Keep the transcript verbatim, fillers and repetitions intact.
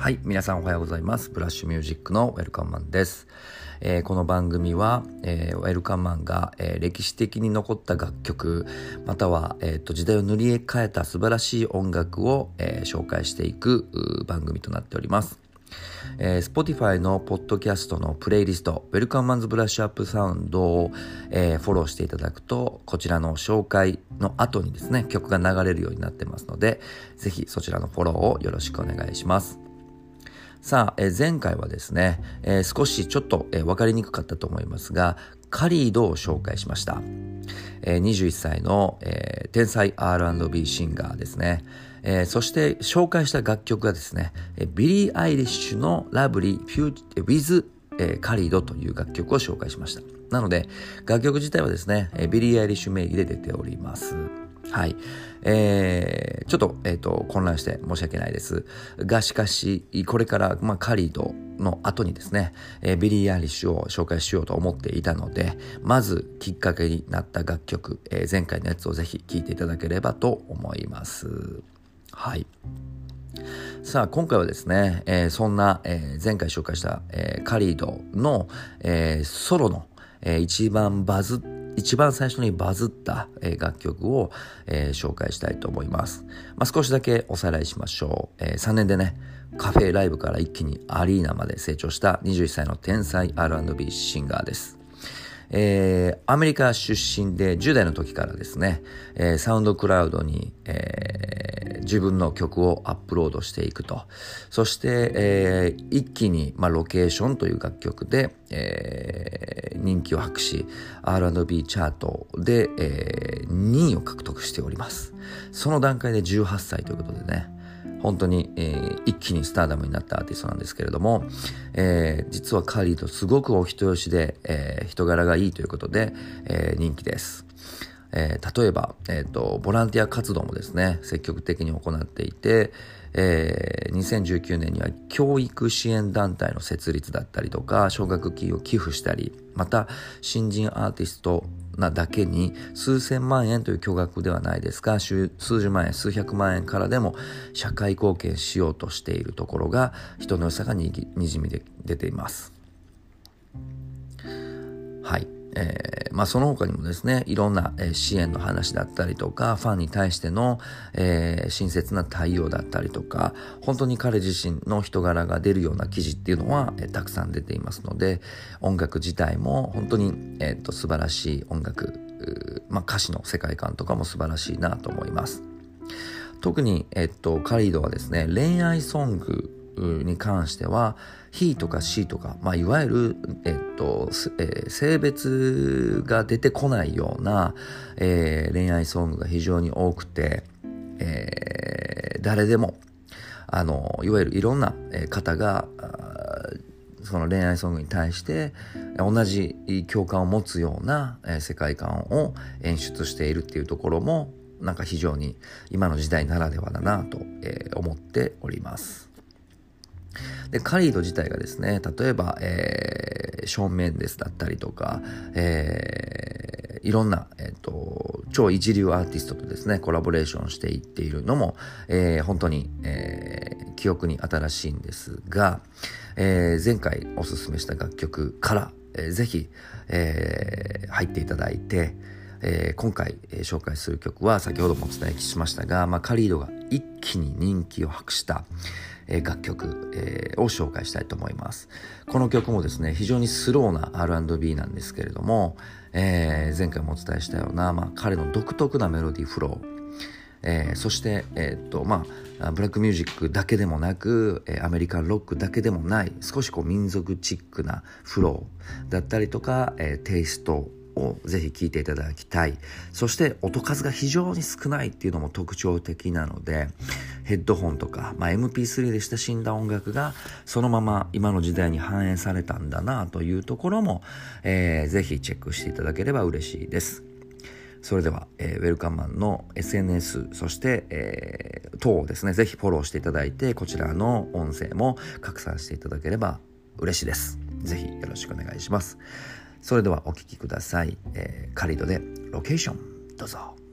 はい、皆さんおはようございます。ブラッシュミュージックのウェルカムマンです。えー、この番組は、えー、ウェルカムマンが、えー、歴史的に残った楽曲または、えー、と時代を塗り替えた素晴らしい音楽を、えー、紹介していく番組となっております。えー、Spotify のポッドキャストのプレイリストウェルカムマンズブラッシュアップサウンドを、えー、フォローしていただくとこちらの紹介の後にですね曲が流れるようになってますので、ぜひそちらのフォローをよろしくお願いします。さあ、えー、前回はですね、えー、少しちょっと、えー、分かりにくかったと思いますが、カリードを紹介しました。えー、にじゅういっさいの、えー、天才 アールアンドビー シンガーですね。えー、そして紹介した楽曲がですね、えー、ビリー・アイリッシュのラブリー・フュー with、えー、カリードという楽曲を紹介しました。なので楽曲自体はですね、えー、ビリー・アイリッシュ名義で出ております。はい、えー、ちょっと,、えー、と混乱して申し訳ないですが、しかしこれから、まあ、カリードの後にですね、えー、ビリー・アイリッシュを紹介しようと思っていたので、まずきっかけになった楽曲、えー、前回のやつをぜひ聴いていただければと思います。はい。さあ今回はですね、えー、そんな、えー、前回紹介した、えー、カリードの、えー、ソロの、えー、一番バズ一番最初にバズった、えー、楽曲を、えー、紹介したいと思います。まあ、少しだけおさらいしましょう。えー、さんねんでねカフェライブから一気にアリーナまで成長したにじゅういっさいの天才 アールアンドビー シンガーです。えー、アメリカ出身でじゅう代の時からですね、えー、サウンドクラウドに、えー、自分の曲をアップロードしていくと。そして、えー、一気に、まあ、ロケーションという楽曲で、えー、人気を博し アールアンドビー チャートで、えー、にいを獲得しております。その段階でじゅうはっさいということでね、本当に、えー、一気にスターダムになったアーティストなんですけれども、えー、実はカリードすごくお人よしで、えー、人柄がいいということで、えー、人気です。えー、例えば、えーと、ボランティア活動もですね積極的に行っていて、えー、にせんじゅうきゅうねんには教育支援団体の設立だったりとか奨学金を寄付したり、また新人アーティストなだけに数千万円という巨額ではないですが、数十万円数百万円からでも社会貢献しようとしているところが人の良さがにじみで出ています。はい。えーまあ、その他にもですねいろんな、えー、支援の話だったりとかファンに対しての、えー、親切な対応だったりとか、本当に彼自身の人柄が出るような記事っていうのは、えー、たくさん出ていますので、音楽自体も本当に、えー、と素晴らしい音楽、まあ、歌詞の世界観とかも素晴らしいなと思います。特に、えー、とカリードはですね恋愛ソングに関しては He とか She とか、まあ、いわゆる、えっとえー、性別が出てこないような、えー、恋愛ソングが非常に多くて、えー、誰でもあのいわゆるいろんな方がその恋愛ソングに対して同じ共感を持つような世界観を演出しているっていうところもなんか非常に今の時代ならではだなと思っております。でカリード自体がですね例えば、えー、ショーン・メンデスだったりとか、えー、いろんな、えーと、超一流アーティストとですねコラボレーションしていっているのも、えー、本当に、えー、記憶に新しいんですが、えー、前回おすすめした楽曲から、えー、ぜひ、えー、入っていただいて、えー、今回、えー、紹介する曲は先ほどもお伝えしましたが、まあ、カリードが一気に人気を博した楽曲、えー、を紹介したいと思います。この曲もですね非常にスローな アールアンドビー なんですけれども、えー、前回もお伝えしたような、まあ、彼の独特なメロディーフロー、えー、そして、えーっとまあ、ブラックミュージックだけでもなく、えー、アメリカンロックだけでもない少しこう民族チックなフローだったりとか、えー、テイストをぜひ聴いていただきたい。そして音数が非常に少ないっていうのも特徴的なので、ヘッドホンとか、まあ、エムピースリー で親しんだ音楽がそのまま今の時代に反映されたんだなというところも、えー、ぜひチェックしていただければ嬉しいです。それでは、えー、ウェルカムマンの エスエヌエス そして、えー、等をですねぜひフォローしていただいて、こちらの音声も拡散していただければ嬉しいです。ぜひよろしくお願いします。それではお聴きください。えー、カリードでロケーションどうぞ。